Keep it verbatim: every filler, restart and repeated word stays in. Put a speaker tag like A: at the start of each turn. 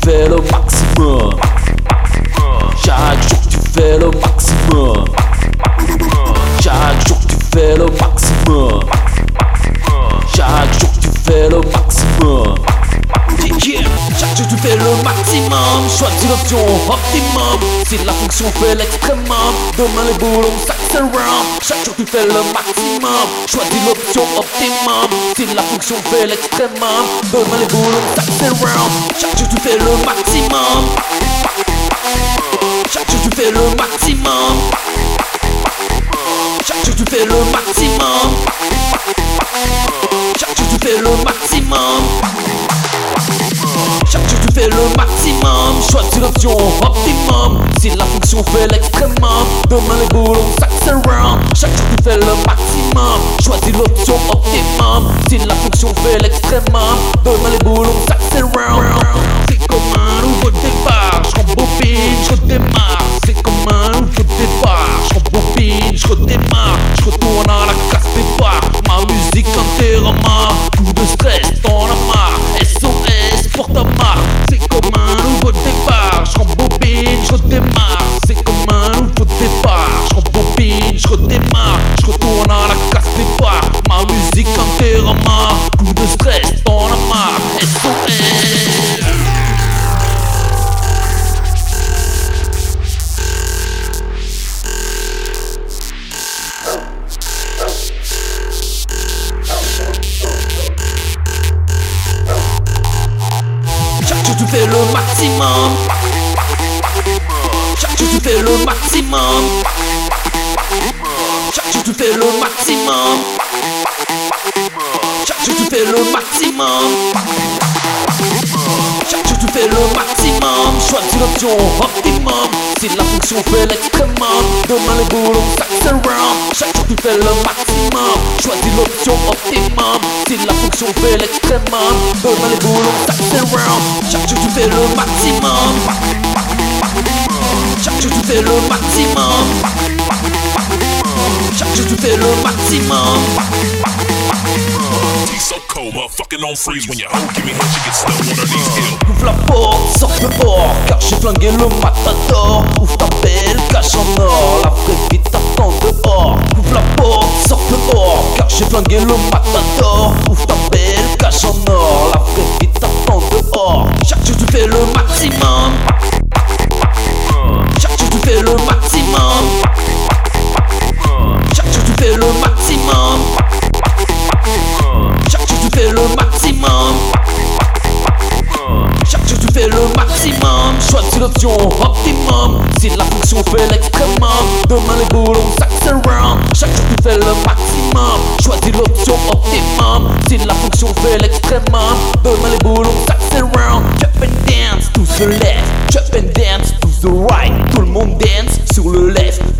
A: fais le maximum. Chaque jour tu fais le maximum. Chaque jour tu fais le maximum. Chaque jour tu fais le maximum. Yeah. Chaque jour tu fais le maximum. Choisis l'option optimum. Si la fonction fait l'extrêmum, demain les boulons s'accélèrent. Chaque jour tu fais le maximum. Choisis l'option optimum. Si la fonction fait l'extrêmum, demain les boulons s'accélèrent. Chaque jour tu fais le maximum. Chaque jour tu fais le maximum. Chaque jour tu fais le maximum. Chaque jour tu fais le maximum. Chaque jour tu fais le maximum. Choisis l'option optimum. Si la fonction fait l'extrêmum, demain les boulons s'accélèrent. Chaque jour tu fais le maximum. Choisis l'option optimum. Si la fonction fait l'extrêmum, demain les boulons s'accélèrent. C'est comme un nouveau départ. Je rembobine, je redémarre. C'est comme un nouveau départ. Je rembobine, je redémarre. Je retourne à la case départ. Ma musique entièrement. Coup de stress, t'en as marre. S O S pour ta marque. C'est comme un nouveau départ. Je rembobine, je redémarre. C'est comme un nouveau départ. Je rembobine, je redémarre. Je retourne à la case départ. Ma musique entièrement. Coup de stress, t'en as marre. S O S. Chaque jour tu fais le maximum. Chaque jour tu fais le maximum. Chaque jour tu fais le maximum. Chaque jour tu fais le maximum. Chaque jour tu fais le maximum. Choisis l'option optimum. Si la fonction fait l'extrêmum, demain les boulons s'accélèrent. Chaque jour tu fais le maximum. Choisis l'option optimum. Si la fonction fait l'extrêmum, demain les boulons s'accélèrent. Chaque jour tu fais le maximum. Chaque jour tu fais le maximum. Chaque jour tu fais le maximum.
B: So cold, motherfucking on freeze when your hoe give me head, she gets stuck on her knees. Ill.
A: Ouvre la porte, sors dehors, car j'ai flingué le matador. Ouvre ta belle cache en or, la vraie vie t'attend dehors. Ouvre la porte, sors dehors, car j'ai flingué le matador. Ouvre ta belle cache en or, la vraie vie t'attend dehors. Chaque jour tu fais le maximum. Chaque jour tu fais le maximum. Chaque jour tu fais le maximum. Chaque jour tu fais le maximum. Chaque jour tu fais le maximum. Choisis l'option optimum. Si la fonction fait l'extrêmum, demain les boulons s'accélèrent. Chaque jour tu fais le maximum. Choisis l'option optimum. Si la fonction fait l'extrêmum, demain les boulons s'accélèrent. Jump and dance to the left, jump and dance to the right. Tout le monde dance sur le left,